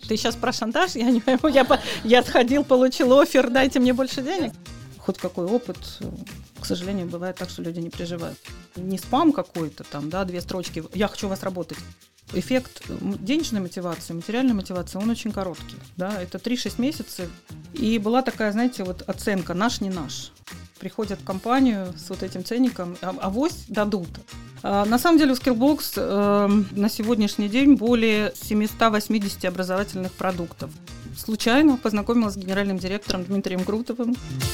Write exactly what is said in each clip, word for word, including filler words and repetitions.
Ты сейчас про шантаж? Я не пойму. Я, по... я отходил, получил оффер, дайте мне больше денег. Хоть какой опыт, к сожалению, бывает так, что люди не переживают. Не спам какой-то там, да, две строчки. Я хочу у вас работать. Эффект денежной мотивации, материальной мотивации, он очень короткий. Да? Это три-шесть месяцев. И была такая, знаете, вот оценка «наш, не наш». Приходят в компанию с вот этим ценником, а авось дадут. А, на самом деле у Skillbox э, на сегодняшний день более семьсот восемьдесят образовательных продуктов. Случайно познакомилась с генеральным директором Дмитрием Крутовым.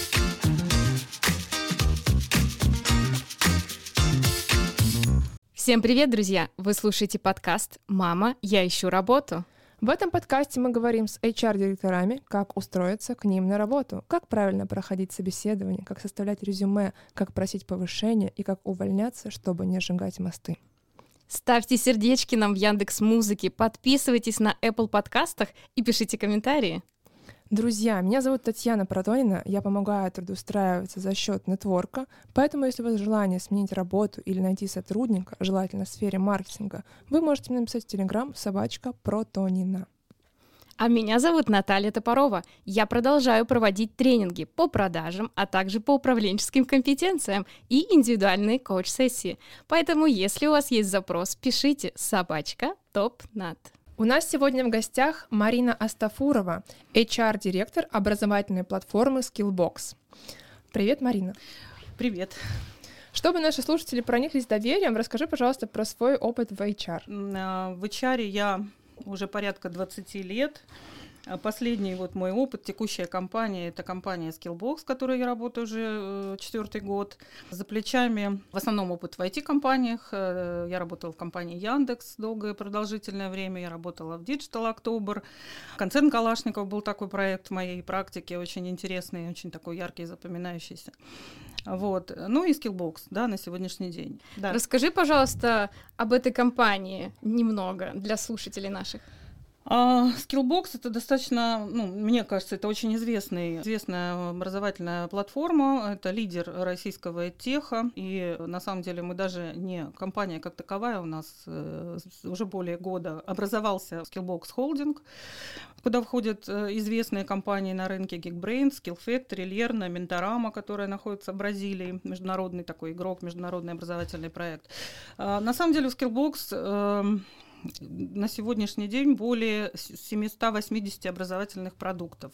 Всем привет, друзья! Вы слушаете подкаст «Мама, я ищу работу». В этом подкасте мы говорим с эйч ар-директорами, как устроиться к ним на работу, как правильно проходить собеседование, как составлять резюме, как просить повышения и как увольняться, чтобы не сжигать мосты. Ставьте сердечки нам в Яндекс.Музыке, подписывайтесь на Apple подкастах и пишите комментарии. Друзья, меня зовут Татьяна Протонина, я помогаю трудоустраиваться за счет нетворка, поэтому если у вас желание сменить работу или найти сотрудника, желательно в сфере маркетинга, вы можете мне написать в Telegram собачка Протонина. А меня зовут Наталья Топорова. Я продолжаю проводить тренинги по продажам, а также по управленческим компетенциям и индивидуальные коуч-сессии. Поэтому, если у вас есть запрос, пишите собачка топ-нат. У нас сегодня в гостях Марина Астафурова, эйч ар-директор образовательной платформы Skillbox. Привет, Марина. Привет. Чтобы наши слушатели прониклись доверием, расскажи, пожалуйста, про свой опыт в эйч ар. В эйч ар я уже порядка двадцать лет. Последний вот мой опыт, текущая компания, это компания Skillbox, в которой я работаю уже четвертый год. За плечами в основном опыт в ай ти-компаниях. Я работала в компании Яндекс долгое продолжительное время, я работала в Digital October. Концерн Калашников был такой проект в моей практике, очень интересный, очень такой яркий, запоминающийся. Вот. Ну и Skillbox, да, на сегодняшний день. Да. Расскажи, пожалуйста, об этой компании немного для слушателей наших. Uh, Skillbox — это достаточно, ну, мне кажется, это очень известный, известная образовательная платформа, это лидер российского эдтеха, и на самом деле мы даже не компания как таковая, у нас э, уже более года образовался Skillbox Holding, куда входят известные компании на рынке Geekbrains, Skillfactory, Lerna, Mentorama, которая находится в Бразилии, международный такой игрок, международный образовательный проект. Uh, на самом деле у Skillbox э, на сегодняшний день более семьсот восемьдесят образовательных продуктов.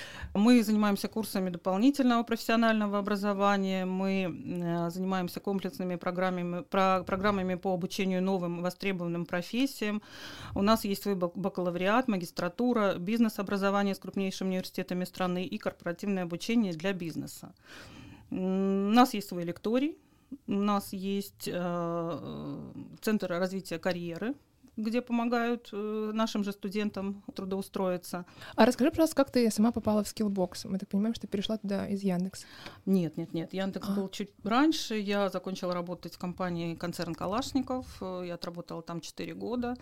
Мы занимаемся курсами дополнительного профессионального образования, мы занимаемся комплексными программами, программами по обучению новым востребованным профессиям. У нас есть свой бакалавриат, магистратура, бизнес-образование с крупнейшими университетами страны и корпоративное обучение для бизнеса. У нас есть свой лекторий, у нас есть э, Центр развития карьеры, где помогают э, нашим же студентам трудоустроиться. А расскажи, пожалуйста, как ты сама попала в Skillbox? Мы так понимаем, что ты перешла туда из Яндекса. Нет, нет, нет. Яндекс а. был чуть раньше. Я закончила работать в компании «Концерн Калашников». Я отработала там четыре года.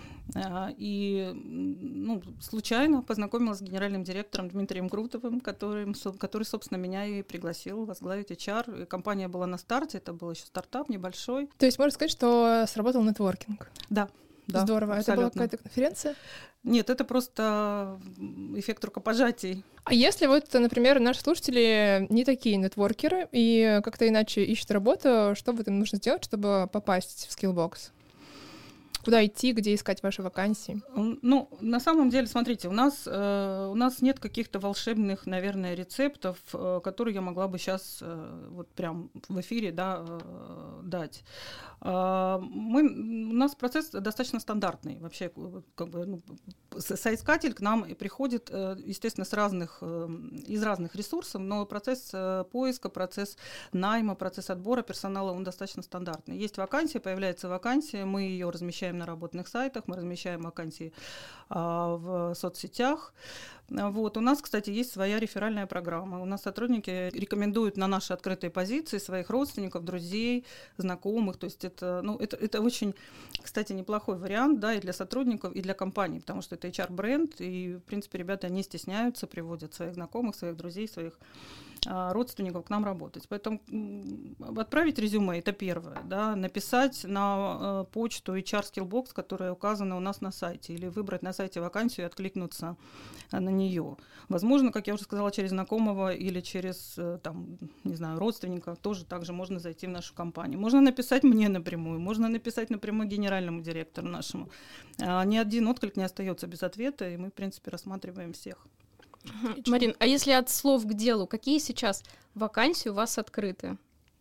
И ну, случайно познакомилась с генеральным директором Дмитрием Крутовым, который, который, собственно, меня и пригласил возглавить эйч ар. И компания была на старте, это был еще стартап небольшой. То есть можно сказать, что сработал нетворкинг? Да. Да, здорово. абсолютно. Это была какая-то конференция? Нет, это просто эффект рукопожатий. А если вот, например, наши слушатели не такие нетворкеры и как-то иначе ищут работу, что вот им нужно сделать, чтобы попасть в Skillbox? Куда идти, где искать ваши вакансии? Ну, на самом деле, смотрите, у нас, э, у нас нет каких-то волшебных, наверное, рецептов, э, которые я могла бы сейчас э, вот прям в эфире, да, э, дать. Э, мы, у нас процесс достаточно стандартный. Вообще, как бы, ну, соискатель к нам приходит, э, естественно, с разных, э, из разных ресурсов, но процесс э, поиска, процесс найма, процесс отбора персонала, он достаточно стандартный. Есть вакансия, появляется вакансия, мы ее размещаем на работных сайтах, мы размещаем вакансии а, в соцсетях. Вот. У нас, кстати, есть своя реферальная программа. У нас сотрудники рекомендуют на наши открытые позиции своих родственников, друзей, знакомых. То есть это, ну, это, это очень, кстати, неплохой вариант, да, и для сотрудников, и для компаний, потому что это эйч ар-бренд, и, в принципе, ребята не стесняются, приводят своих знакомых, своих друзей, своих родственников к нам работать. Поэтому отправить резюме — это первое, да, написать на э, почту эйч ар Skillbox, которая указана у нас на сайте, или выбрать на сайте вакансию и откликнуться на нее. Возможно, как я уже сказала, через знакомого или через э, там, не знаю, родственника тоже также можно зайти в нашу компанию. Можно написать мне напрямую, можно написать напрямую генеральному директору нашему. А, ни один отклик не остается без ответа, и мы, в принципе, рассматриваем всех. Марин, а если от слов к делу, какие сейчас вакансии у вас открыты?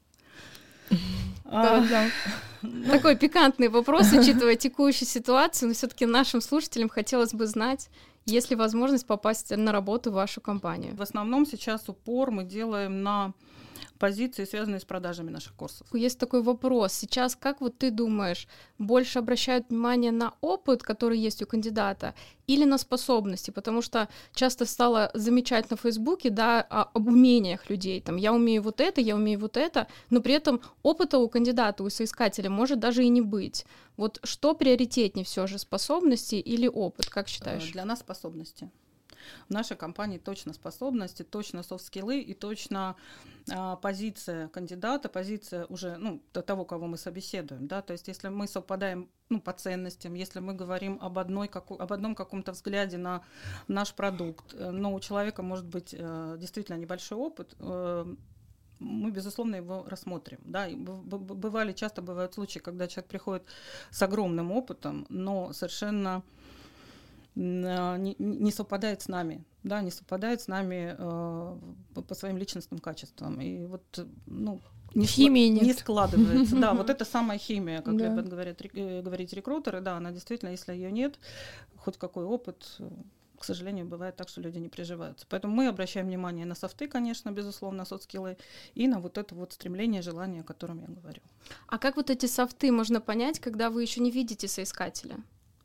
Такой пикантный вопрос, учитывая текущую ситуацию, но все-таки нашим слушателям хотелось бы знать, есть ли возможность попасть на работу в вашу компанию. В основном сейчас упор мы делаем на позиции, связанные с продажами наших курсов. Есть такой вопрос. Сейчас, как вот ты думаешь, больше обращают внимание на опыт, который есть у кандидата, или на способности? Потому что часто стало замечать на Фейсбуке, да, об умениях людей. Там, я умею вот это, я умею вот это, но при этом опыта у кандидата, у соискателя может даже и не быть. Вот что приоритетнее все же, способности или опыт, как считаешь? Для нас способности. В нашей компании точно способности, точно софт-скиллы и точно а, позиция кандидата, позиция уже, ну, того, кого мы собеседуем. Да? То есть если мы совпадаем, ну, по ценностям, если мы говорим об, одной, каку, об одном каком-то взгляде на наш продукт, но у человека может быть э, действительно небольшой опыт, э, мы, безусловно, его рассмотрим. Да? И бывали, часто бывают случаи, когда человек приходит с огромным опытом, но совершенно Не, не совпадает с нами, да, не совпадает с нами э, по своим личностным качествам. И вот, ну, не, химии склад, нет. не складывается. Да, вот это самая химия, как да. любят говорить, говорить рекрутеры, да, она действительно, если ее нет, хоть какой опыт, к сожалению, бывает так, что люди не приживаются. Поэтому мы обращаем внимание на софты, конечно, безусловно, на софт-скиллы, и на вот это вот стремление, желание, о котором я говорю. А как вот эти софты можно понять, когда вы еще не видите соискателя?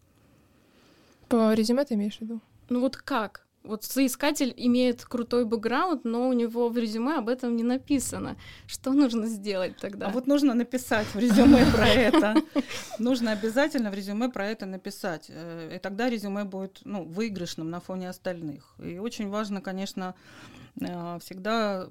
По резюме ты имеешь в виду? Ну вот как? Вот соискатель имеет крутой бэкграунд, но у него в резюме об этом не написано. Что нужно сделать тогда? А вот нужно написать в резюме про это. Нужно обязательно в резюме про это написать. И тогда резюме будет, ну, выигрышным на фоне остальных. И очень важно, конечно, всегда,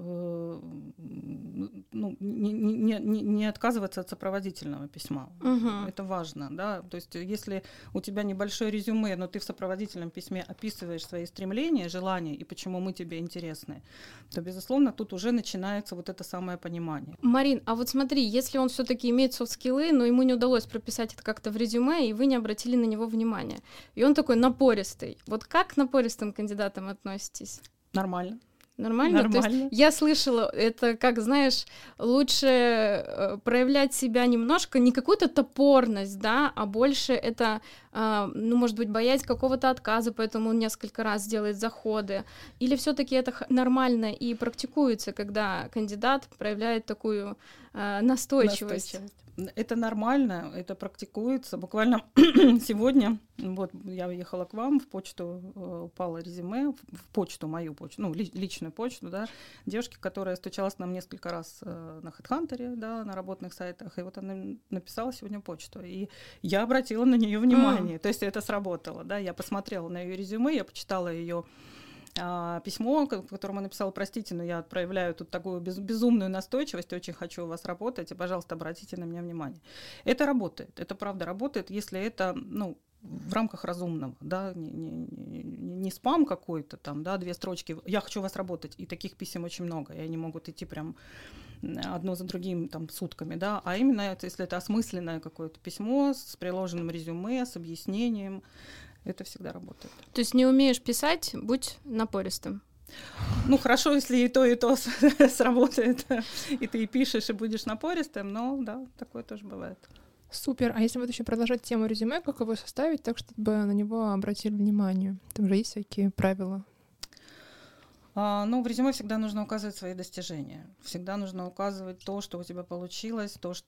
ну, не, не, не, не отказываться от сопроводительного письма. Угу. Это важно, да. То есть если у тебя небольшое резюме, но ты в сопроводительном письме описываешь свои стремления, желания и почему мы тебе интересны, то, безусловно, тут уже начинается вот это самое понимание. Марин, а вот смотри, если он все-таки имеет софт-скиллы, но ему не удалось прописать это как-то в резюме, и вы не обратили на него внимания, и он такой напористый. Вот как к напористым кандидатам относитесь? Нормально. Нормально? Нормально. То есть я слышала, это, как, знаешь, лучше э, проявлять себя немножко, не какую-то топорность, да, а больше это, э, ну, может быть, боясь какого-то отказа, поэтому он несколько раз делает заходы. Или все-таки это нормально и практикуется, когда кандидат проявляет такую э, настойчивость? настойчивость. Это нормально, это практикуется. Буквально сегодня, вот я уехала к вам, в почту упало резюме, в почту, мою почту, ну, личную почту, да, девушки, которая стучалась к нам несколько раз на HeadHunter, да, на работных сайтах, и вот она написала сегодня почту, и я обратила на нее внимание, mm. то есть это сработало, да, я посмотрела на ее резюме, я почитала ее письмо, в котором он написал: простите, но я проявляю тут такую без, безумную настойчивость, очень хочу у вас работать, и, пожалуйста, обратите на меня внимание. Это работает, это правда работает, если это, ну, в рамках разумного, да, не, не, не, не спам какой-то там, да, две строчки, я хочу у вас работать, и таких писем очень много, и они могут идти прям одно за другим там сутками, да, а именно это, если это осмысленное какое-то письмо с приложенным резюме, с объяснением, это всегда работает. То есть не умеешь писать, будь напористым. Ну, хорошо, если и то, и то сработает, и ты и пишешь, и будешь напористым, но да, такое тоже бывает. Супер. А если вот еще продолжать тему резюме, как его составить так, чтобы на него обратили внимание? Там же есть всякие правила. А, ну, в резюме всегда нужно указывать свои достижения. Всегда нужно указывать то, что у тебя получилось, то,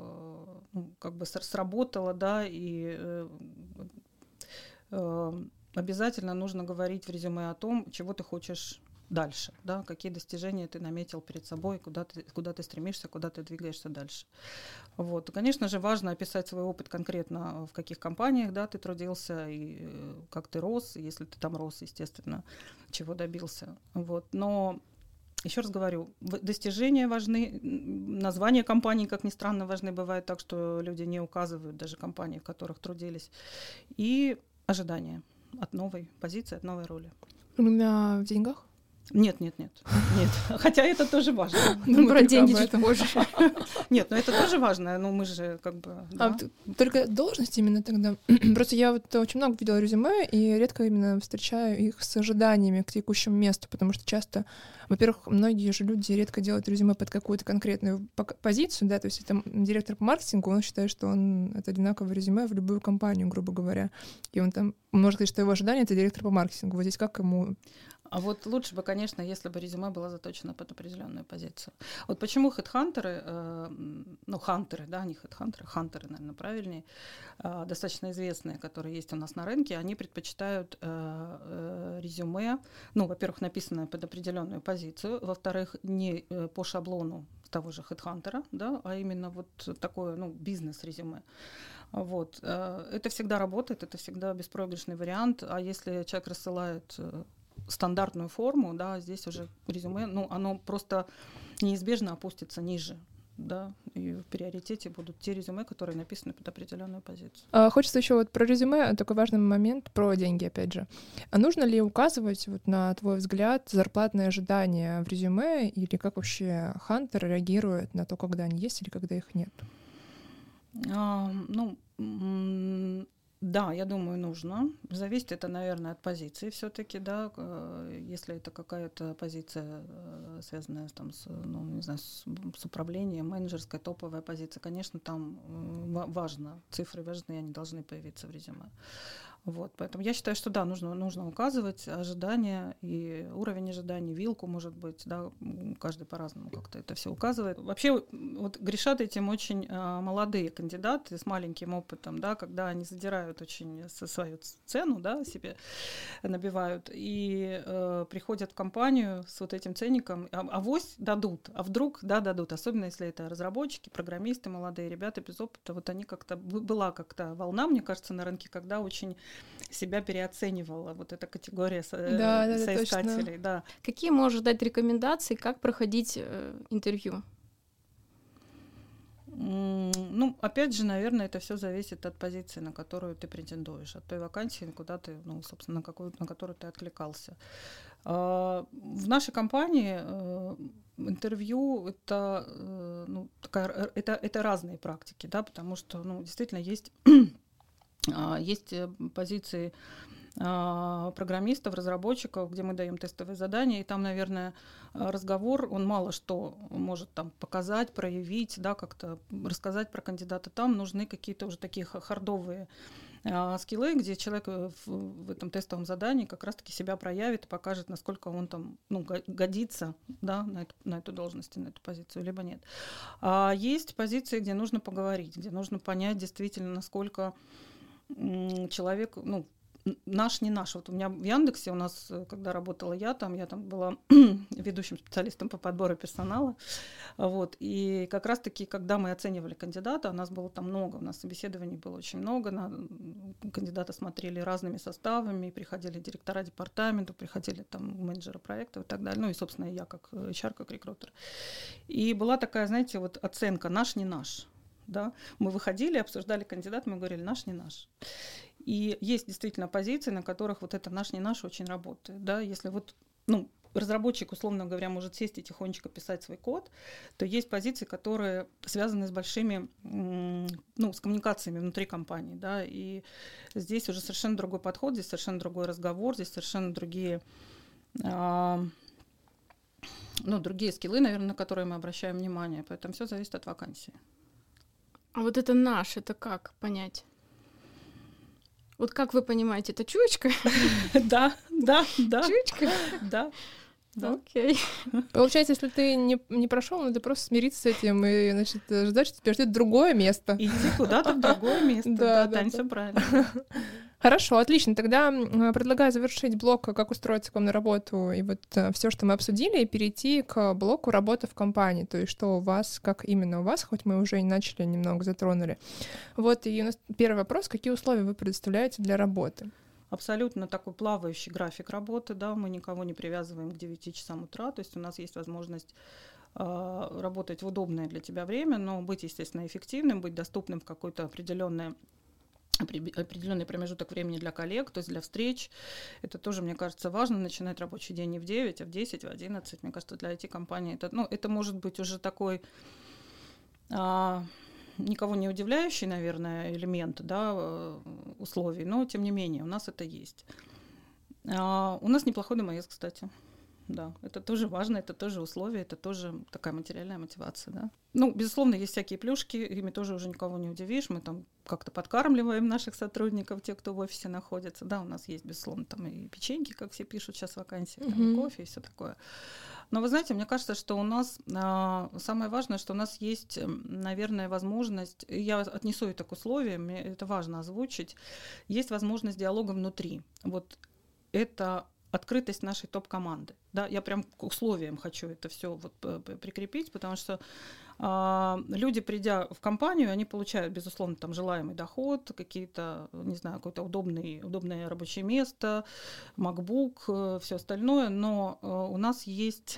что, ну, как бы сработало, да, и э, э, обязательно нужно говорить в резюме о том, чего ты хочешь дальше, да, какие достижения ты наметил перед собой, куда ты, куда ты стремишься, куда ты двигаешься дальше. Вот. Конечно же, важно описать свой опыт конкретно, в каких компаниях, да, ты трудился, и как ты рос, если ты там рос, естественно, чего добился. Вот. Но еще раз говорю, достижения важны, названия компаний, как ни странно, важны. Бывает так, что люди не указывают даже компании, в которых трудились. И ожидания от новой позиции, от новой роли. Именно в деньгах? Нет, нет, нет, нет. Хотя это тоже важно. Ну, про деньги чуть позже. Нет, но это тоже важно. Ну, мы же как бы... А только должность именно тогда? Просто я вот очень много видела резюме, и редко именно встречаю их с ожиданиями к текущему месту, потому что часто, во-первых, многие же люди редко делают резюме под какую-то конкретную позицию, да, то есть это директор по маркетингу, он считает, что он это одинаковое резюме в любую компанию, грубо говоря, и он там может сказать, что его ожидание — это директор по маркетингу. Вот здесь как ему... А вот лучше бы, конечно, если бы резюме было заточено под определенную позицию. Вот почему хедхантеры, э, ну, хантеры, да, не хедхантеры, хантеры, наверное, правильнее, э, достаточно известные, которые есть у нас на рынке, они предпочитают э, э, резюме, ну, во-первых, написанное под определенную позицию, во-вторых, не э, по шаблону того же хедхантера, да, а именно вот такое, ну, бизнес-резюме. Вот. Это всегда работает, это всегда беспроигрышный вариант, а если человек рассылает стандартную форму, да, здесь уже резюме, ну, оно просто неизбежно опустится ниже, да, и в приоритете будут те резюме, которые написаны под определенную позицию. А, хочется еще вот про резюме, такой важный момент, про деньги, опять же. А нужно ли указывать, вот, на твой взгляд, зарплатные ожидания в резюме, или как вообще хантер реагирует на то, когда они есть или когда их нет? А, ну, м- Да, я думаю, нужно. Зависит это, наверное, от позиции все-таки, да. Если это какая-то позиция, связанная там с, ну, не знаю, с, с управлением, менеджерская, топовая позиция, конечно, там важно, цифры важны, они должны появиться в резюме. Вот, поэтому я считаю, что да, нужно, нужно указывать ожидания и уровень ожиданий, вилку, может быть, да, каждый по-разному как-то это все указывает. Вообще, вот грешат этим очень а, молодые кандидаты с маленьким опытом, да, когда они задирают очень свою цену, да, себе набивают, и э, приходят в компанию с вот этим ценником, а, авось дадут, а вдруг, да, дадут, особенно если это разработчики, программисты, молодые ребята без опыта, вот они как-то, была как-то волна, мне кажется, на рынке, когда очень себя переоценивала вот эта категория со- да, да, соискателей. Да. Какие можешь дать рекомендации, как проходить э, интервью? Ну, опять же, наверное, это все зависит от позиции, на которую ты претендуешь, от той вакансии, куда ты, ну, собственно, на, какую, на которую ты откликался. В нашей компании интервью это, ну, такая, это, это разные практики, да, потому что, ну, действительно есть, есть позиции программистов, разработчиков, где мы даем тестовые задания, и там, наверное, разговор, он мало что может там показать, проявить, да, как-то рассказать про кандидата. Там нужны какие-то уже такие хардовые а, скиллы, где человек в, в этом тестовом задании как раз-таки себя проявит и покажет, насколько он там, ну, годится, да, на эту, на эту должность, на эту позицию, либо нет. А есть позиции, где нужно поговорить, где нужно понять действительно, насколько м, человек, ну, наш, не наш. Вот у меня в Яндексе, у нас, когда работала я там, я там была ведущим специалистом по подбору персонала. Вот. И как раз-таки, когда мы оценивали кандидата, у нас было там много, у нас собеседований было очень много, на, кандидата смотрели разными составами, приходили директора департамента, приходили там менеджеры проектов и так далее. Ну и, собственно, я как эйч ар, как рекрутер. И была такая, знаете, вот оценка «наш, не наш». Да? Мы выходили, обсуждали кандидата, мы говорили «наш, не наш». И есть действительно позиции, на которых вот это «наш, не наш» очень работает. Да? Если вот, ну, разработчик, условно говоря, может сесть и тихонечко писать свой код, то есть позиции, которые связаны с большими, ну, с коммуникациями внутри компании. Да? И здесь уже совершенно другой подход, здесь совершенно другой разговор, здесь совершенно другие, а, ну, другие скиллы, наверное, на которые мы обращаем внимание. Поэтому все зависит от вакансии. А вот это «наш», это как понять? Вот как вы понимаете, это чуечка? Да, да, да. Чуечка? Да. Да. Окей. Получается, если ты не, не прошел, надо просто смириться с этим и, значит, ждать, что тебя ждет другое место. Идти куда-то в другое место. Да, Тань, все правильно. Хорошо, отлично. Тогда предлагаю завершить блок «Как устроиться к вам на работу» и вот все, что мы обсудили, и перейти к блоку «Работа в компании». То есть что у вас, как именно у вас, хоть мы уже и начали, немного затронули. Вот, и у нас первый вопрос. Какие условия вы предоставляете для работы? Абсолютно такой плавающий график работы, да, мы никого не привязываем к девяти часам утра, то есть у нас есть возможность э, работать в удобное для тебя время, но быть, естественно, эффективным, быть доступным в какое-то определенное определенный промежуток времени для коллег, то есть для встреч. Это тоже, мне кажется, важно, начинать рабочий день не в девять, а в десять, в одиннадцать. Мне кажется, для ай ти-компании это, ну, это может быть уже такой а, никого не удивляющий, наверное, элемент, да, условий, но тем не менее у нас это есть. А, у нас неплохой ДМС, кстати. Да, это тоже важно, это тоже условие, это тоже такая материальная мотивация, да. Ну, безусловно, есть всякие плюшки, ими тоже уже никого не удивишь, мы там как-то подкармливаем наших сотрудников, те, кто в офисе находится, да, у нас есть, безусловно, там и печеньки, как все пишут сейчас в вакансиях, там, и кофе, и все такое. Но вы знаете, мне кажется, что у нас а, самое важное, что у нас есть, наверное, возможность, я отнесу это к условиям, мне это важно озвучить, есть возможность диалога внутри. Вот это открытость нашей топ-команды. Да, я прям к условиям хочу это все вот прикрепить, потому что э, люди, придя в компанию, они получают, безусловно, там желаемый доход, какие-то, не знаю, какое-то удобное, удобное рабочее место, MacBook, э, все остальное, но э, у нас есть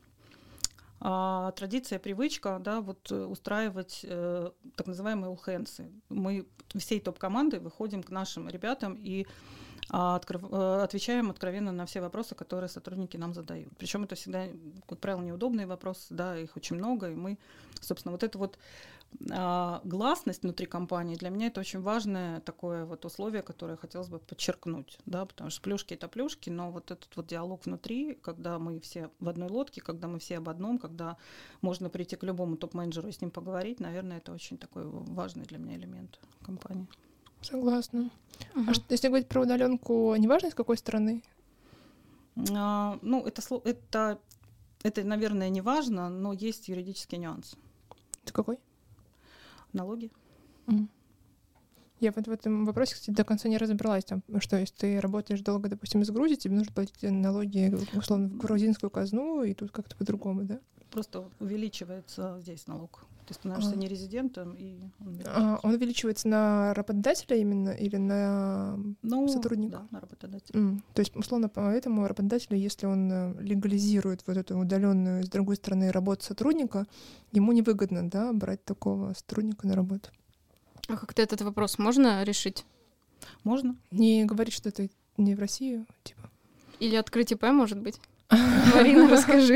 э, традиция, привычка, да, вот устраивать э, так называемые all-hands. Мы всей топ-командой выходим к нашим ребятам и отвечаем откровенно на все вопросы, которые сотрудники нам задают. Причем это всегда, как правило, неудобные вопросы, да, их очень много, и мы, собственно, вот эта вот а, гласность внутри компании, для меня это очень важное такое вот условие, которое хотелось бы подчеркнуть, да, потому что плюшки — это плюшки, но вот этот вот диалог внутри, когда мы все в одной лодке, когда мы все об одном, когда можно прийти к любому топ-менеджеру и с ним поговорить, наверное, это очень такой важный для меня элемент компании. Согласна. Uh-huh. А что, если говорить про удаленку, неважно, из какой страны? А, ну, это, это, это, наверное, не важно, но есть юридический нюанс. Это какой? Налоги. Uh-huh. Я вот в этом вопросе, кстати, до конца не разобралась. Там, что если ты работаешь долго, допустим, из Грузии, тебе нужно платить налоги, условно, в грузинскую казну, и тут как-то по-другому, да? Просто увеличивается здесь налог. Ты становишься а. нерезидентом, и он увеличивается. А, он увеличивается на работодателя именно или на ну, сотрудника? Да, на работодателя. Mm. То есть, условно, поэтому работодателю, если он легализирует вот эту удаленную с другой стороны работу сотрудника, ему невыгодно, да, брать такого сотрудника на работу. А как-то этот вопрос можно решить? Можно. Не говорить, что это не в Россию, типа. Или открыть ИП, может быть? Марина, расскажи.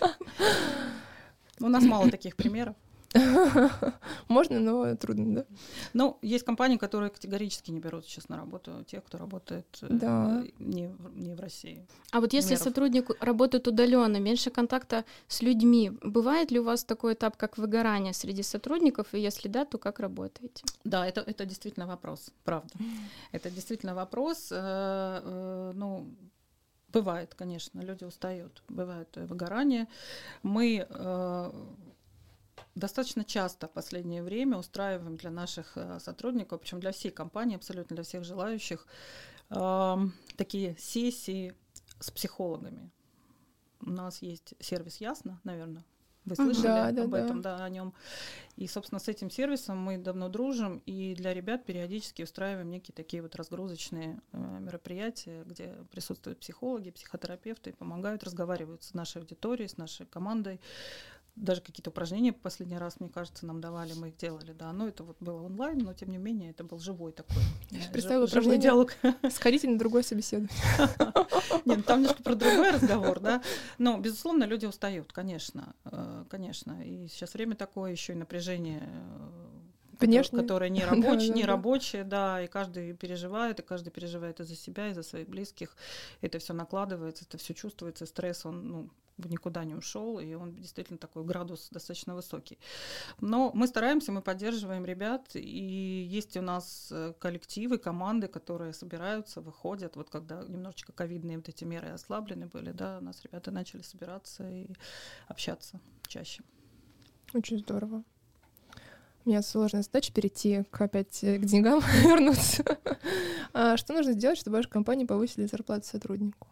У нас мало таких примеров. Можно, но трудно, да? Ну, есть компании, которые категорически не берут сейчас на работу тех, кто работает да. не, не в России. А вот если Примеров. сотрудник работает удаленно, меньше контакта с людьми, бывает ли у вас такой этап, как выгорание среди сотрудников? И если да, то как работаете? Да, это, это действительно вопрос, правда. Это действительно вопрос. Э, э, ну, бывает, конечно, люди устают, бывает выгорание. Мы э, достаточно часто в последнее время устраиваем для наших сотрудников, причем для всей компании, абсолютно для всех желающих, э, такие сессии с психологами. У нас есть сервис «Ясно», наверное. Вы слышали да, об да, этом, да. да, о нем. И, собственно, с этим сервисом мы давно дружим, и для ребят периодически устраиваем некие такие вот разгрузочные э, мероприятия, где присутствуют психологи, психотерапевты, помогают, разговаривают с нашей аудиторией, с нашей командой. Даже какие-то упражнения в последний раз, мне кажется, нам давали, мы их делали, да. Но это вот было онлайн, но тем не менее это был живой такой. Я представила упражнение диалог. Сходите на другое собеседование. Нет, там немножко про другой разговор, да. Но, безусловно, люди устают, конечно, конечно. И сейчас время такое, еще и напряжение, Внешне. которое не рабочее, не рабочее, да, и каждый переживает, и каждый переживает и за себя, и за своих близких. Это все накладывается, это все чувствуется, стресс, он, ну, никуда не ушел, и он действительно такой градус достаточно высокий. Но мы стараемся, мы поддерживаем ребят, и есть у нас коллективы, команды, которые собираются, выходят. Вот когда немножечко ковидные вот эти меры ослаблены были, да, у нас ребята начали собираться и общаться чаще. Очень здорово. У меня сложная задача перейти к, опять к деньгам вернуться. А что нужно сделать, чтобы вашей компании повысили зарплату сотруднику?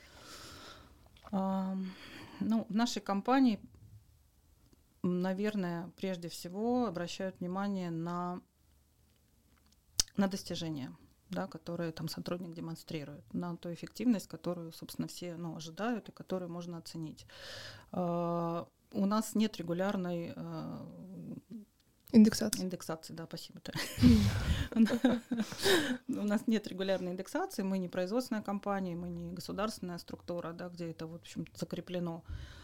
А, ну, в нашей компании, наверное, прежде всего обращают внимание на, на достижения, да, которые там сотрудник демонстрирует, на ту эффективность, которую, собственно, все ну, ожидают и которую можно оценить. А, у нас нет регулярной а, индексации. Индексации, да, спасибо. У нас нет регулярной индексации, мы не производственная компания, мы не государственная структура, да, где это, в общем, закреплено.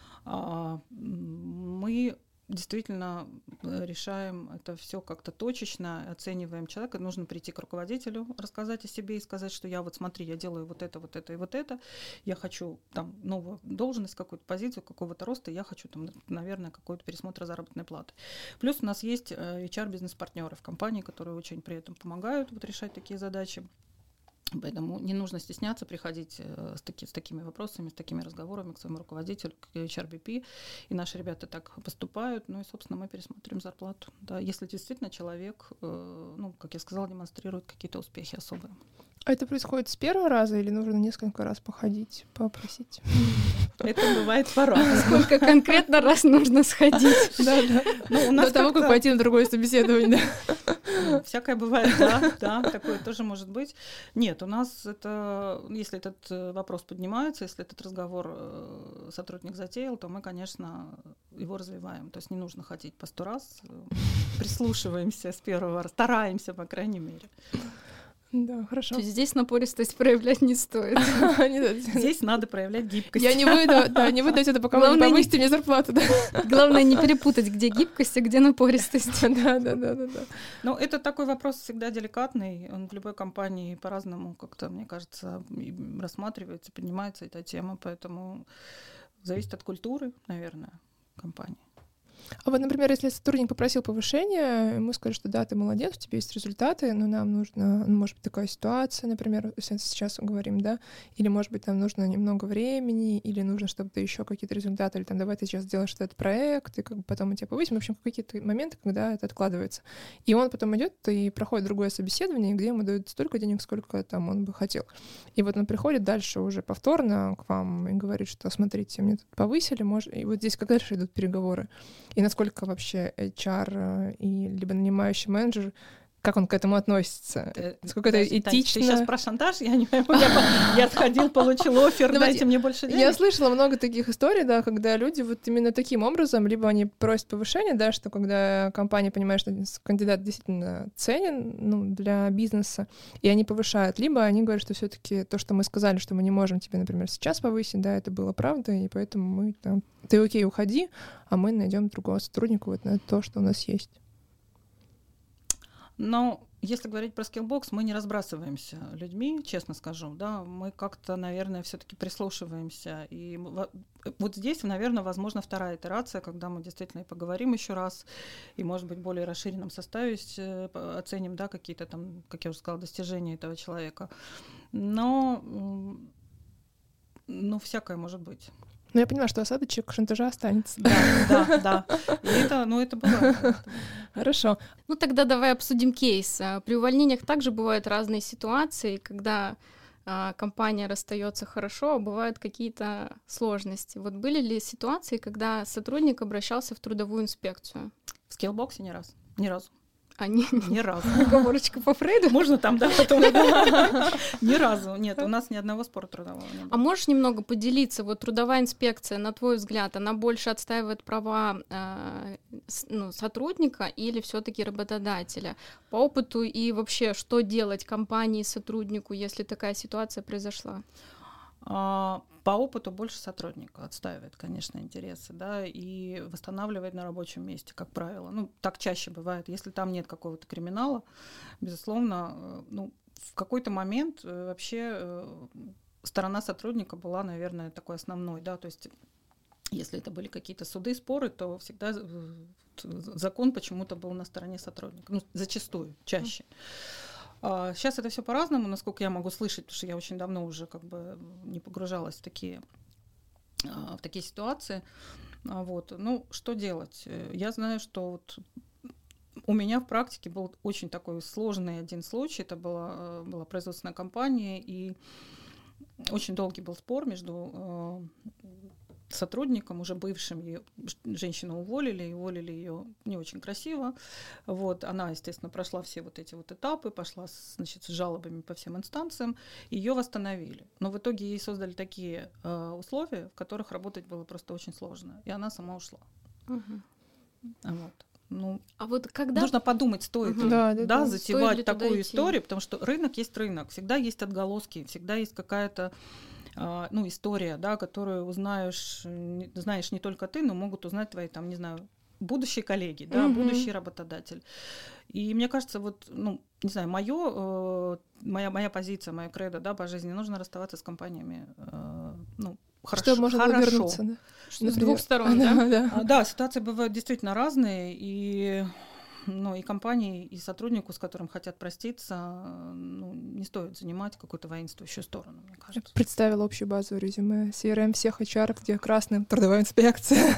Мы действительно решаем это все как-то точечно, оцениваем человека. Нужно прийти к руководителю, рассказать о себе и сказать, что я вот смотри, я делаю вот это, вот это и вот это. Я хочу там новую должность, какую-то позицию, какого-то роста, я хочу там, наверное, какой-то пересмотр заработной платы. Плюс у нас есть эйч ар-бизнес-партнеры в компании, которые очень при этом помогают вот решать такие задачи. Поэтому не нужно стесняться приходить с, таки, с такими вопросами, с такими разговорами к своему руководителю, к эйч ар би пи. И наши ребята так поступают. Ну и, собственно, мы пересмотрим зарплату. Да, если действительно человек, ну, как я сказала, демонстрирует какие-то успехи особые. А это происходит с первого раза или нужно несколько раз походить, попросить? Это бывает по-разному. Сколько конкретно раз нужно сходить? Да, да. До того, как пойти на другое собеседование. Всякое бывает, да, да, такое тоже может быть. Нет, у нас это, если этот вопрос поднимается, если этот разговор сотрудник затеял, то мы, конечно, его развиваем. То есть не нужно ходить по сто раз, прислушиваемся с первого раза, стараемся, по крайней мере. Да, хорошо. То есть здесь напористость проявлять не стоит. Здесь надо проявлять гибкость. Я не выйду, да, не выйду это, пока вы не повысите мне зарплату. Главное не перепутать, где гибкость, а где напористость. Да, да, да, да. Ну, это такой вопрос всегда деликатный. Он в любой компании по-разному как-то, мне кажется, рассматривается, поднимается эта тема. Поэтому зависит от культуры, наверное, компании. А вот, например, если сотрудник попросил повышения, ему скажут, что да, ты молодец, у тебя есть результаты, но нам нужно, ну, может быть, такая ситуация, например, если сейчас говорим, да, или, может быть, нам нужно немного времени, или нужно, чтобы ты еще какие-то результаты, или там, давай ты сейчас сделаешь этот проект, и как бы потом мы тебя повысим. В общем, какие-то моменты, когда это откладывается. И он потом идет и проходит другое собеседование, где ему дают столько денег, сколько там он бы хотел. И вот он приходит дальше уже повторно к вам и говорит, что, смотрите, мне тут повысили, может... и вот здесь как дальше идут переговоры. И насколько вообще эйч ар и либо нанимающий менеджер, как он к этому относится? Ты, насколько это этично? Тань, ты сейчас про шантаж? Я не пойму. Я, я сходил, получил оффер, дайте мне больше денег. Я слышала много таких историй, да, когда люди вот именно таким образом, либо они просят повышения, да, что когда компания понимает, что кандидат действительно ценен, ну, для бизнеса, и они повышают, либо они говорят, что все-таки то, что мы сказали, что мы не можем тебе, например, сейчас повысить, да, это было правда, и поэтому мы там, ты окей, уходи, а мы найдем другого сотрудника вот на то, что у нас есть. Но если говорить про Skillbox, мы не разбрасываемся людьми, честно скажу, да, мы как-то, наверное, все-таки прислушиваемся. И вот здесь, наверное, возможно, вторая итерация, когда мы действительно и поговорим еще раз, и, может быть, в более расширенном составе оценим, да, какие-то там, как я уже сказала, достижения этого человека. Но, ну, всякое может быть. Но я поняла, что осадочек шантажа останется. Да, да, да. И это, ну, это было. Хорошо. Ну, тогда давай обсудим кейс. При увольнениях также бывают разные ситуации, когда а, компания расстается хорошо, а бывают какие-то сложности. Вот были ли ситуации, когда сотрудник обращался в трудовую инспекцию? В Skillbox ни раз, ни разу. А не, ни разу. Оговорочка по Фрейду? Можно там, да, потом. Ни разу. Нет, у нас ни одного спора трудового не было. А можешь немного поделиться? Вот трудовая инспекция, на твой взгляд, она больше отстаивает права э, ну, сотрудника или все-таки работодателя? По опыту и вообще, что делать компании, сотруднику, если такая ситуация произошла? По опыту больше сотрудника отстаивает, конечно, интересы, да, и восстанавливает на рабочем месте, как правило. Ну, так чаще бывает. Если там нет какого-то криминала, безусловно, ну, в какой-то момент вообще сторона сотрудника была, наверное, такой основной, да, то есть если это были какие-то суды, споры, то всегда закон почему-то был на стороне сотрудника, ну, зачастую, чаще. Сейчас это все по-разному, насколько я могу слышать, потому что я очень давно уже как бы не погружалась в такие, в такие ситуации. Вот. Ну, что делать? Я знаю, что вот У меня в практике был очень такой сложный один случай. Это была, была производственная компания, и очень долгий был спор между сотрудником, уже бывшим. Ее, женщину уволили, и уволили ее не очень красиво. Вот. Она, естественно, прошла все вот эти вот этапы, пошла, значит, с жалобами по всем инстанциям, ее восстановили. Но в итоге ей создали такие э, условия, в которых работать было просто очень сложно, и она сама ушла. Угу. Вот. Ну, а вот когда... Нужно подумать, стоит угу. ли, да, да, да, затевать такую историю, потому что рынок есть рынок, всегда есть отголоски, всегда есть какая-то ну, история, да, которую узнаешь, знаешь не только ты, но могут узнать твои, там, не знаю, будущие коллеги, да, mm-hmm. будущий работодатель. И мне кажется, вот, ну, не знаю, моё, моя, моя позиция, моя кредо, да, по жизни, нужно расставаться с компаниями, ну, хорошо. Чтобы можно было вернуться, да? С двух сторон, да? да? Да, ситуации бывают действительно разные, и... Ну, и компании, и сотруднику, с которым хотят проститься, ну, не стоит занимать какую-то воинствующую сторону, мне кажется. Я представила общую базу резюме. си эр эм всех эйч ар, где красным трудовая инспекция.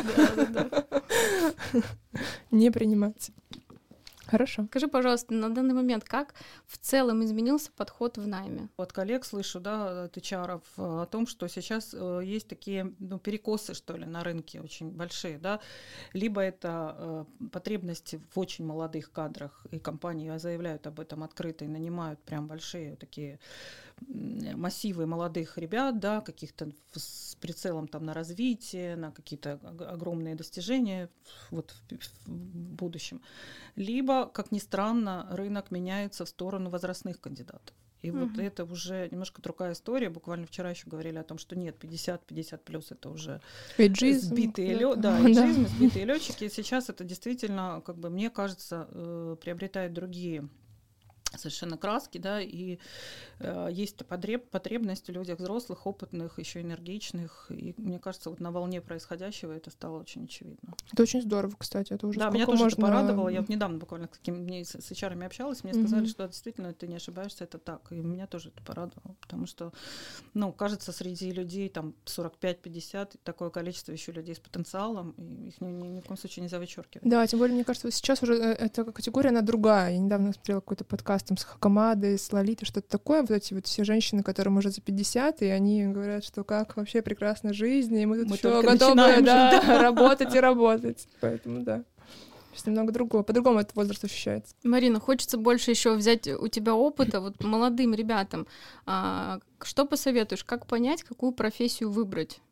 Не принимать. Хорошо. Скажи, пожалуйста, на данный момент как в целом изменился подход в найме? От коллег слышу, да, от эйч ар о том, что сейчас есть такие, ну, перекосы, что ли, на рынке очень большие, да. Либо это э, потребности в очень молодых кадрах, и компании заявляют об этом открыто и нанимают прям большие такие массивы молодых ребят, да, каких-то с прицелом там на развитие, на какие-то огромные достижения вот в, в будущем. Либо, как ни странно, рынок меняется в сторону возрастных кандидатов. И uh-huh. вот это уже немножко другая история. Буквально вчера еще говорили о том, что нет, пятьдесят-пятьдесят плюс это уже эйджизм, сбитые, да, лё... да, да. эйджизм, сбитые летчики. Сейчас это действительно, как бы, мне кажется, приобретает другие совершенно краски, да, и э, есть потреб, потребность в людях взрослых, опытных, еще энергичных, и мне кажется, вот на волне происходящего это стало очень очевидно. Это очень здорово, кстати, это уже да, меня тоже можно... это порадовало. Я вот недавно буквально с какими дней с, с эйч ар-ами общалась, мне mm-hmm. сказали, что действительно ты не ошибаешься, это так, и меня тоже это порадовало, потому что, ну, кажется, среди людей там сорок пять пятьдесят такое количество еще людей с потенциалом, и их ни, ни, ни в коем случае нельзя вычеркивать. Да, тем более, мне кажется, сейчас уже эта категория, она другая. Я недавно смотрела какой-то подкаст там с Хакамадой, с Лолитой, что-то такое. Вот эти вот все женщины, которым уже за пятьдесят, и они говорят, что как вообще прекрасна жизнь, и мы тут мы еще готовы да, да. работать и работать. Поэтому да. Сейчас немного другого. По-другому этот возраст ощущается. Марина, хочется больше еще взять у тебя опыта вот молодым ребятам. А, что посоветуешь? Как понять, какую профессию выбрать?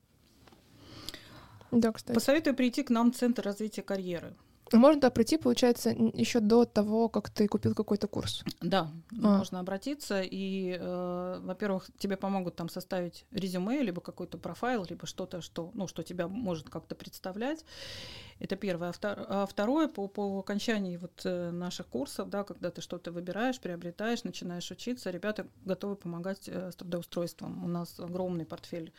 Да, кстати. Посоветую прийти к нам в Центр развития карьеры. Можно туда прийти, получается, еще до того, как ты купил какой-то курс. Да, а. можно обратиться, и, э, во-первых, тебе помогут там составить резюме, либо какой-то профайл, либо что-то, что, ну, что тебя может как-то представлять. Это первое. А второе, по, по окончании вот наших курсов, да, когда ты что-то выбираешь, приобретаешь, начинаешь учиться, ребята готовы помогать с трудоустройством. У нас огромный портфель,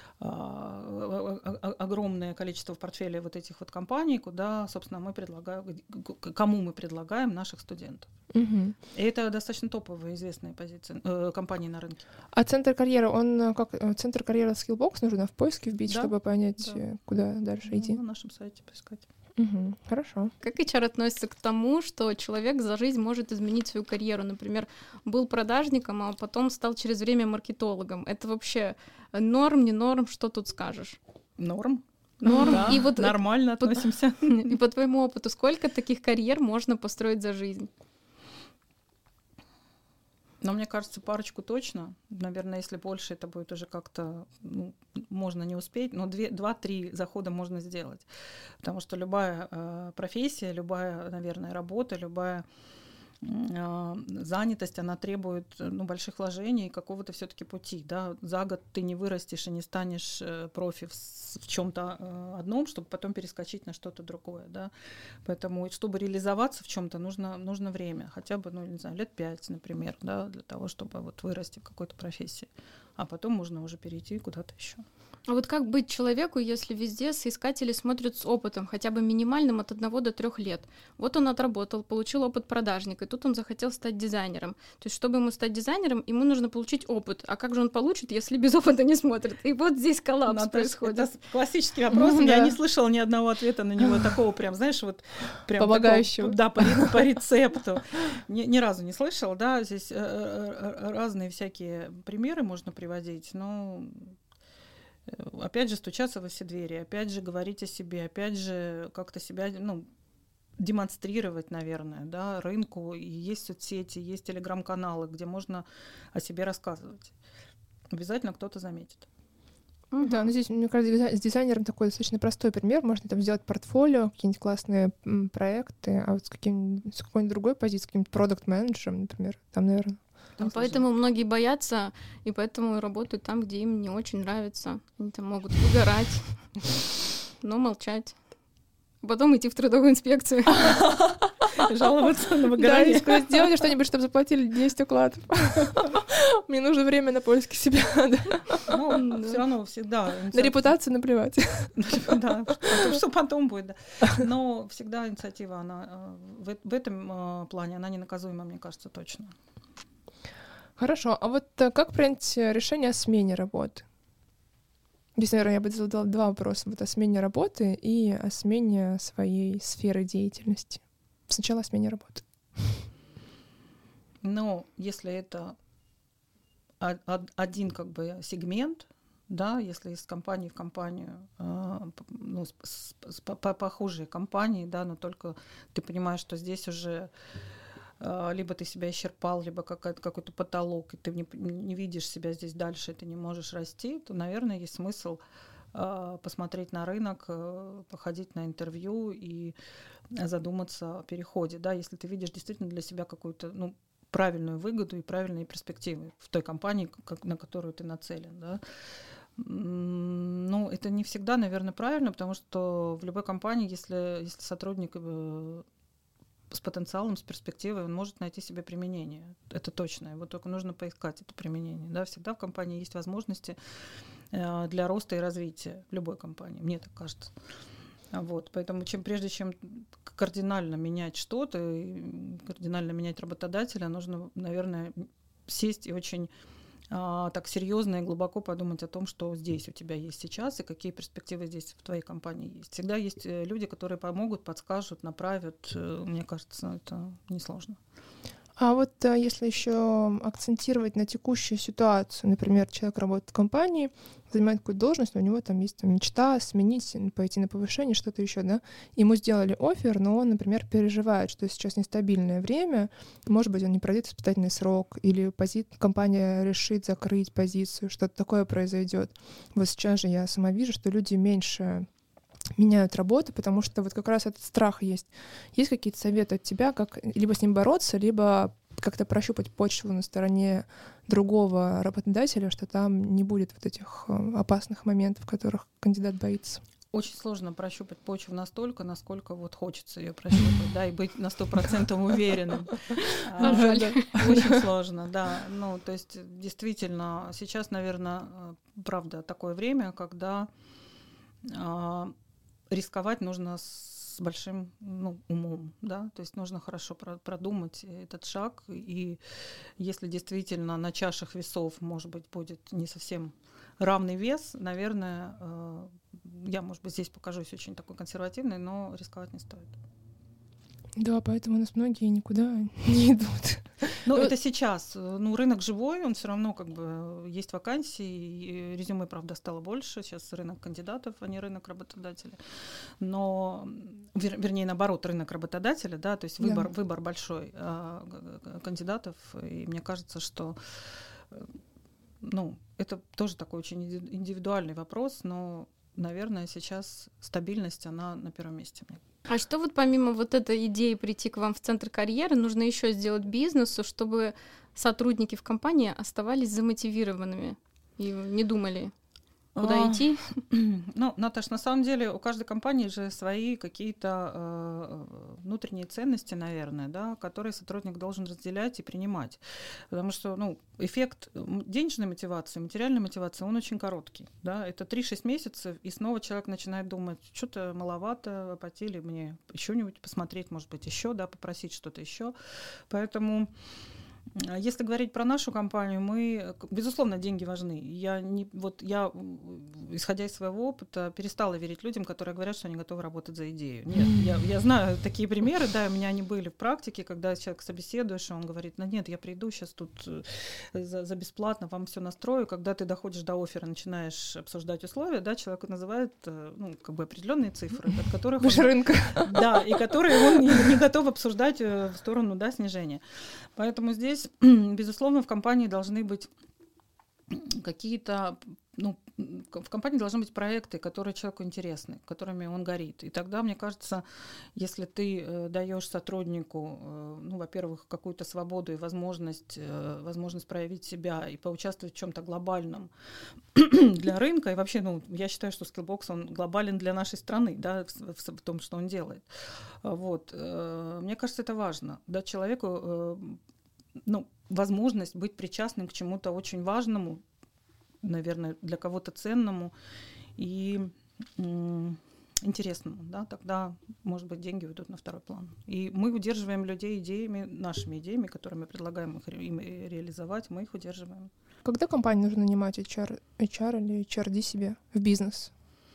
огромное количество в портфеле вот этих вот компаний, куда, собственно, мы предлагаем, кому мы предлагаем наших студентов. Угу. И это достаточно топовые, известные позиции, э, компании на рынке. А центр карьеры, он как центр карьеры Skillbox нужно в поиске вбить, да? Чтобы понять, да. Куда дальше ну, идти? На нашем сайте поискать. Угу, хорошо. Как эйч ар относится к тому, что человек за жизнь может изменить свою карьеру? Например, был продажником, а потом стал через время маркетологом. Это вообще норм, не норм? Что тут скажешь? Норм. Норм. Да, и вот, нормально по, относимся. И по твоему опыту, сколько таких карьер можно построить за жизнь? Но мне кажется, парочку точно. Наверное, если больше, это будет уже как-то, ну, можно не успеть, но два-три захода можно сделать. Потому что любая э, профессия, любая, наверное, работа, любая э, занятость, она требует ну, больших вложений и какого-то все-таки пути. Да? За год ты не вырастешь и не станешь э, профи в, в чем-то э, одном, чтобы потом перескочить на что-то другое. Да? Поэтому, чтобы реализоваться в чем-то, нужно, нужно время. Хотя бы, ну, не знаю, лет пять, например, да, для того, чтобы вот вырасти в какой-то профессии. А потом можно уже перейти куда-то еще. А вот как быть человеку, если везде соискатели смотрят с опытом, хотя бы минимальным от одного до трех лет? Вот он отработал, получил опыт продажника, и тут он захотел стать дизайнером. То есть, чтобы ему стать дизайнером, ему нужно получить опыт. А как же он получит, если без опыта не смотрит? И вот здесь коллапс Ну, происходит. Это классический вопрос. Ну, Я да. не слышала ни одного ответа на него такого прям, знаешь, вот прям Помогающего. такого, да, по, ре- по рецепту. Ни, ни разу не слышала, да. Здесь э, э, разные всякие примеры можно приводить, но опять же стучаться во все двери, опять же говорить о себе, опять же как-то себя, ну, демонстрировать, наверное, да, рынку. И есть соцсети, есть телеграм-каналы, где можно о себе рассказывать. Обязательно кто-то заметит. Мгм. Да, но здесь, мне кажется, дизай- с дизайнером такой достаточно простой пример. Можно там сделать портфолио, какие-нибудь классные м, проекты, а вот с, каким, с какой-нибудь другой позиции, с каким-то продакт-менеджером, например, там, наверное. Ну, поэтому многие боятся, и поэтому работают там, где им не очень нравится. Они там могут выгорать, но молчать. Потом идти в трудовую инспекцию. Жаловаться на Да, и выгорание. сказать, сделайте что-нибудь, чтобы заплатили десять окладов. Мне нужно время на поиски себя. да. Ну, Да. все равно всегда. На репутацию наплевать. Да, что- что потом будет, да. Но всегда инициатива, она э, в, в этом э, плане, она ненаказуема, мне кажется, точно. Хорошо, а вот э, как принять э, решение о смене работы? Здесь, наверное, я бы задала два вопроса. Вот о смене работы и о смене своей сферы деятельности. Сначала о смене работы. Но если это о- од- один как бы сегмент, да, если из компании в компанию, э, п- ну, с- с- с- по- по- похожие компании, да, но только ты понимаешь, что здесь уже э, либо ты себя исчерпал, либо какая-то- какой-то потолок, и ты не, п- не видишь себя здесь дальше, и ты не можешь расти, то, наверное, есть смысл э, посмотреть на рынок, э, походить на интервью и задуматься о переходе, да, если ты видишь действительно для себя какую-то, ну, правильную выгоду и правильные перспективы в той компании, как- на которую ты нацелен, да. М, Ну, это не всегда, наверное, правильно, потому что в любой компании, если, если сотрудник э, с потенциалом, с перспективой, он может найти себе применение. Это точно. Его только нужно поискать, это применение. Да? Всегда в компании есть возможности э, для роста и развития в любой компании, мне так кажется. А Вот, поэтому чем прежде чем кардинально менять что-то, и кардинально менять работодателя, нужно, наверное, сесть и очень а, так серьезно и глубоко подумать о том, что здесь у тебя есть сейчас и какие перспективы здесь в твоей компании есть. Всегда есть э, люди, которые помогут, подскажут, направят. Э, Мне кажется, это несложно. А вот э, если еще акцентировать на текущую ситуацию, например, человек работает в компании, занимает какую-то должность, но у него там есть там, мечта сменить, м, пойти на повышение, что-то еще, да, ему сделали оффер, но он, например, переживает, что сейчас нестабильное время, может быть, он не пройдет испытательный срок, или пози- компания решит закрыть позицию, что-то такое произойдет. Вот сейчас же я сама вижу, что люди меньше меняют работу, потому что вот как раз этот страх есть. Есть какие-то советы от тебя, как либо с ним бороться, либо как-то прощупать почву на стороне другого работодателя, что там не будет вот этих э, опасных моментов, которых кандидат боится? Очень сложно прощупать почву настолько, насколько вот хочется ее прощупать, да, и быть на сто процентов уверенным. А, Жаль. Очень сложно, да. Ну, то есть действительно сейчас, наверное, правда, такое время, когда а, рисковать нужно с большим, ну, умом, да, то есть нужно хорошо про- продумать этот шаг, и если действительно на чашах весов, может быть, будет не совсем равный вес, наверное, э, я, может быть, здесь покажусь очень такой консервативной, но рисковать не стоит. Да, поэтому у нас многие никуда не идут. Ну, Ну, это сейчас. Ну, рынок живой, он все равно как бы есть вакансии, и резюме, правда, стало больше. Сейчас рынок кандидатов, а не рынок работодателя. Но, вер, вернее, наоборот, рынок работодателя, да, то есть выбор, Да. выбор большой а, г- г- кандидатов. И мне кажется, что э, ну, это тоже такой очень иди- индивидуальный вопрос, но, наверное, сейчас стабильность, она на первом месте. Мне А что вот помимо вот этой идеи прийти к вам в центр карьеры, нужно еще сделать бизнесу, чтобы сотрудники в компании оставались замотивированными и не думали? Куда А, идти? Ну, Наташ, на самом деле у каждой компании же свои какие-то э, внутренние ценности, наверное, да, которые сотрудник должен разделять и принимать. Потому что ну, эффект денежной мотивации, материальной мотивации, он очень короткий. Да? Это три-шесть месяцев, и снова человек начинает думать, что-то маловато, апатили мне еще нибудь посмотреть, может быть, еще, да, попросить что-то еще. Поэтому... Если говорить про нашу компанию, мы, безусловно, деньги важны. Я, не, вот я, исходя из своего опыта, перестала верить людям, которые говорят, что они готовы работать за идею. Нет, я, я знаю такие примеры, да, у меня они были в практике, когда человек собеседуешь, и он говорит, ну нет, я приду сейчас тут за, за бесплатно, вам все настрою. Когда ты доходишь до оффера, начинаешь обсуждать условия, да, человек называет ну, как бы определенные цифры, от которых Выше он, рынка. Да, и которые он не, не готов обсуждать в сторону да, снижения. Поэтому здесь, безусловно, в компании должны быть какие-то, ну, в компании должны быть проекты, которые человеку интересны, которыми он горит. И тогда, мне кажется, если ты э, даешь сотруднику, э, ну, во-первых, какую-то свободу и возможность, э, возможность проявить себя и поучаствовать в чем-то глобальном для рынка, и вообще, ну, я считаю, что Skillbox, он глобален для нашей страны, да, в, в, в том, что он делает. Вот. Э, мне кажется, это важно, дать человеку, э, ну, возможность быть причастным к чему-то очень важному, наверное, для кого-то ценному и м- интересному, да, тогда, может быть, деньги уйдут на второй план. И мы удерживаем людей идеями, нашими идеями, которые мы предлагаем их, им реализовать, мы их удерживаем. Когда компании нужно нанимать эйч ар, эйч ар или эйч ар ди себе в бизнес?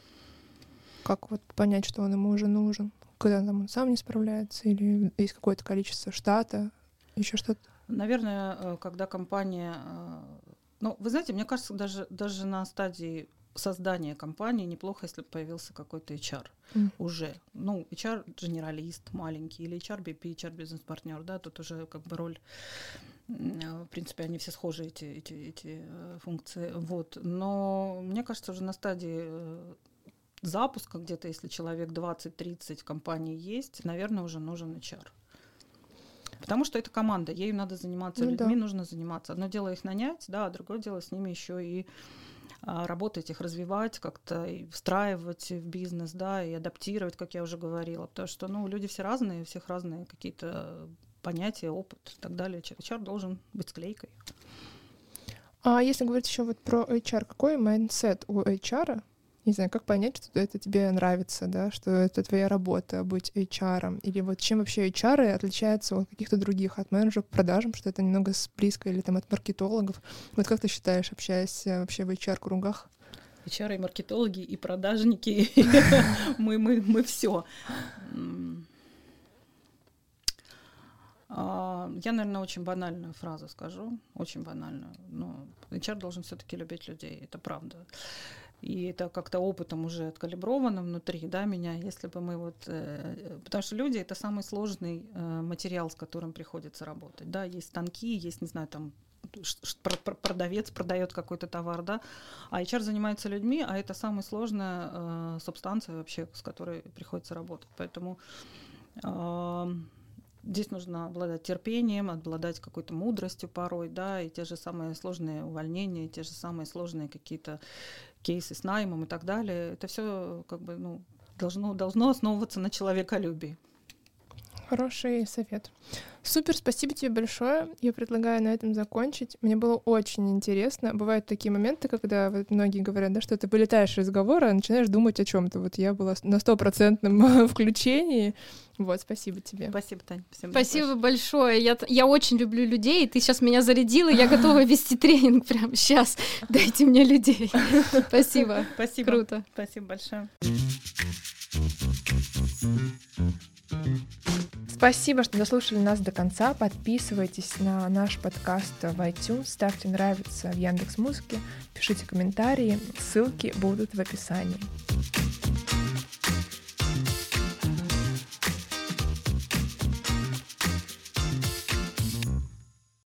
Как вот понять, что он ему уже нужен? Когда там он сам не справляется или есть какое-то количество штата, еще что-то? Наверное, когда компания... Ну, вы знаете, мне кажется, даже, даже на стадии создания компании неплохо, если бы появился какой-то эйч ар mm. уже. Ну, эйч ар-генералист маленький или эйч ар-би пи, эйч ар-бизнес-партнер, да, тут уже как бы роль... В принципе, они все схожи, эти, эти, эти функции. Вот. Но мне кажется, уже на стадии запуска где-то, если человек двадцать-тридцать в компании есть, наверное, уже нужен эйч ар. Потому что это команда, ею надо заниматься, ну, людьми да. нужно заниматься. Одно дело их нанять, да, а другое дело с ними еще и а, работать, их развивать, как-то и встраивать в бизнес, да, и адаптировать, как я уже говорила. Потому что, ну, люди все разные, у всех разные какие-то понятия, опыт и так далее. эйч ар должен быть склейкой. А если говорить еще вот про эйч ар, какой майндсет у эйч ар? Не знаю, как понять, что это тебе нравится, да, что это твоя работа, быть эйч ар, или вот чем вообще эйч ар отличаются от каких-то других, от менеджеров по продажам, что это немного близко, или там от маркетологов. Вот как ты считаешь, общаясь вообще в эйч ар-кругах? эйч ар и маркетологи, и продажники, мы, мы, мы все. Я, наверное, очень банальную фразу скажу, очень банальную. Но эйч ар должен все-таки любить людей, это правда. И это как-то опытом уже откалибровано внутри, да, меня, если бы мы вот... Э, потому что люди — это самый сложный э, материал, с которым приходится работать, да, есть станки, есть, не знаю, там, продавец продает какой-то товар, да, а эйч ар занимается людьми, а это самая сложная э, субстанция вообще, с которой приходится работать, поэтому... Э, Здесь нужно обладать терпением, обладать какой-то мудростью порой, да, и те же самые сложные увольнения, и те же самые сложные какие-то кейсы с наймом и так далее. Это все как бы, ну, должно, должно основываться на человеколюбии. Хороший совет. Супер, спасибо тебе большое. Я предлагаю на этом закончить. Мне было очень интересно. Бывают такие моменты, когда вот многие говорят, да, что ты вылетаешь из разговора, начинаешь думать о чем-то. Вот я была на стопроцентном включении. Вот, спасибо тебе. Спасибо, Тань. Спасибо, спасибо большое. Я, я очень люблю людей. Ты сейчас меня зарядила, я готова вести тренинг прямо сейчас. Дайте мне людей. Спасибо. Спасибо. Круто. Спасибо большое. Спасибо, что дослушали нас до конца. Подписывайтесь на наш подкаст в iTunes, ставьте нравится в Яндекс.Музыке, пишите комментарии, ссылки будут в описании.